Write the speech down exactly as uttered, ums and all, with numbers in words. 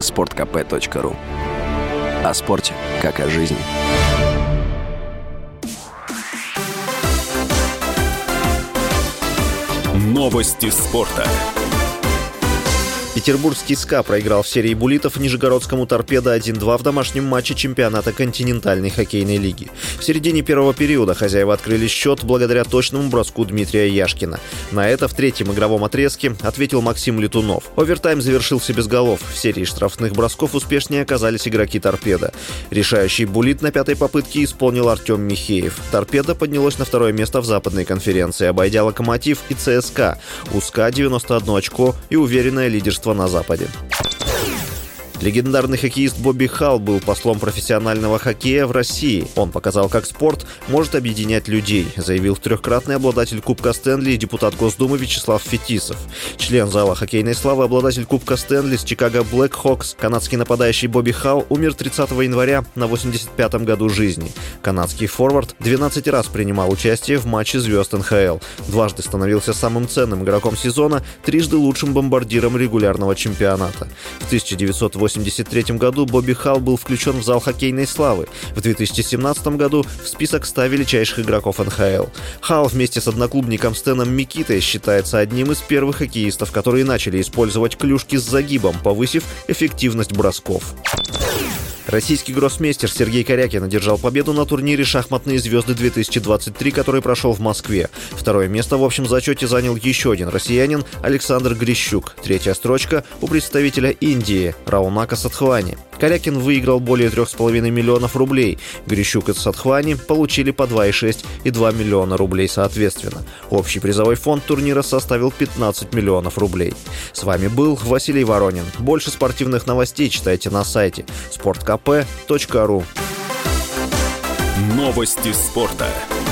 спорт ка пэ точка ру. О спорте, как о жизни. Новости спорта. Петербургский СКА проиграл в серии буллитов Нижегородскому «Торпедо» один-два в домашнем матче чемпионата континентальной хоккейной лиги. В середине первого периода хозяева открыли счет благодаря точному броску Дмитрия Яшкина. На это в третьем игровом отрезке ответил Максим Летунов. Овертайм завершился без голов. В серии штрафных бросков успешнее оказались игроки «Торпедо». Решающий буллит на пятой попытке исполнил Артем Михеев. «Торпедо» поднялось на второе место в западной конференции, обойдя «Локомотив» и ЦСКА. У СКА девяносто одно очко и уверенное лидерство на Западе. Легендарный хоккеист Бобби Халл был послом профессионального хоккея в России. Он показал, как спорт может объединять людей, заявил трехкратный обладатель Кубка Стэнли и депутат Госдумы Вячеслав Фетисов. Член зала хоккейной славы, обладатель Кубка Стэнли с Чикаго Блэк Хокс, канадский нападающий Бобби Халл умер тридцатого января на восемьдесят пятом году жизни. Канадский форвард двенадцать раз принимал участие в матче звезд эн ха эл, дважды становился самым ценным игроком сезона, трижды лучшим бомбардиром регулярного чемпионата. В тысяча девятьсот восемьдесят третьем году Бобби Халл был включен в зал хоккейной славы. В две тысячи семнадцатом году в список ста величайших игроков эн ха эл. Халл вместе с одноклубником Стэном Микитой считается одним из первых хоккеистов, которые начали использовать клюшки с загибом, повысив эффективность бросков. Российский гроссмейстер Сергей Корякин одержал победу на турнире «Шахматные звезды-две тысячи двадцать три», который прошел в Москве. Второе место в общем зачете занял еще один россиянин Александр Грищук. Третья строчка у представителя Индии Раунака Садхвани. Корякин выиграл более трех с половиной миллионов рублей. Грищук и Садхвани получили по два и шесть и два миллиона рублей соответственно. Общий призовой фонд турнира составил пятнадцать миллионов рублей. С вами был Василий Воронин. Больше спортивных новостей читайте на сайте спорт ка пэ точка ру. Новости спорта.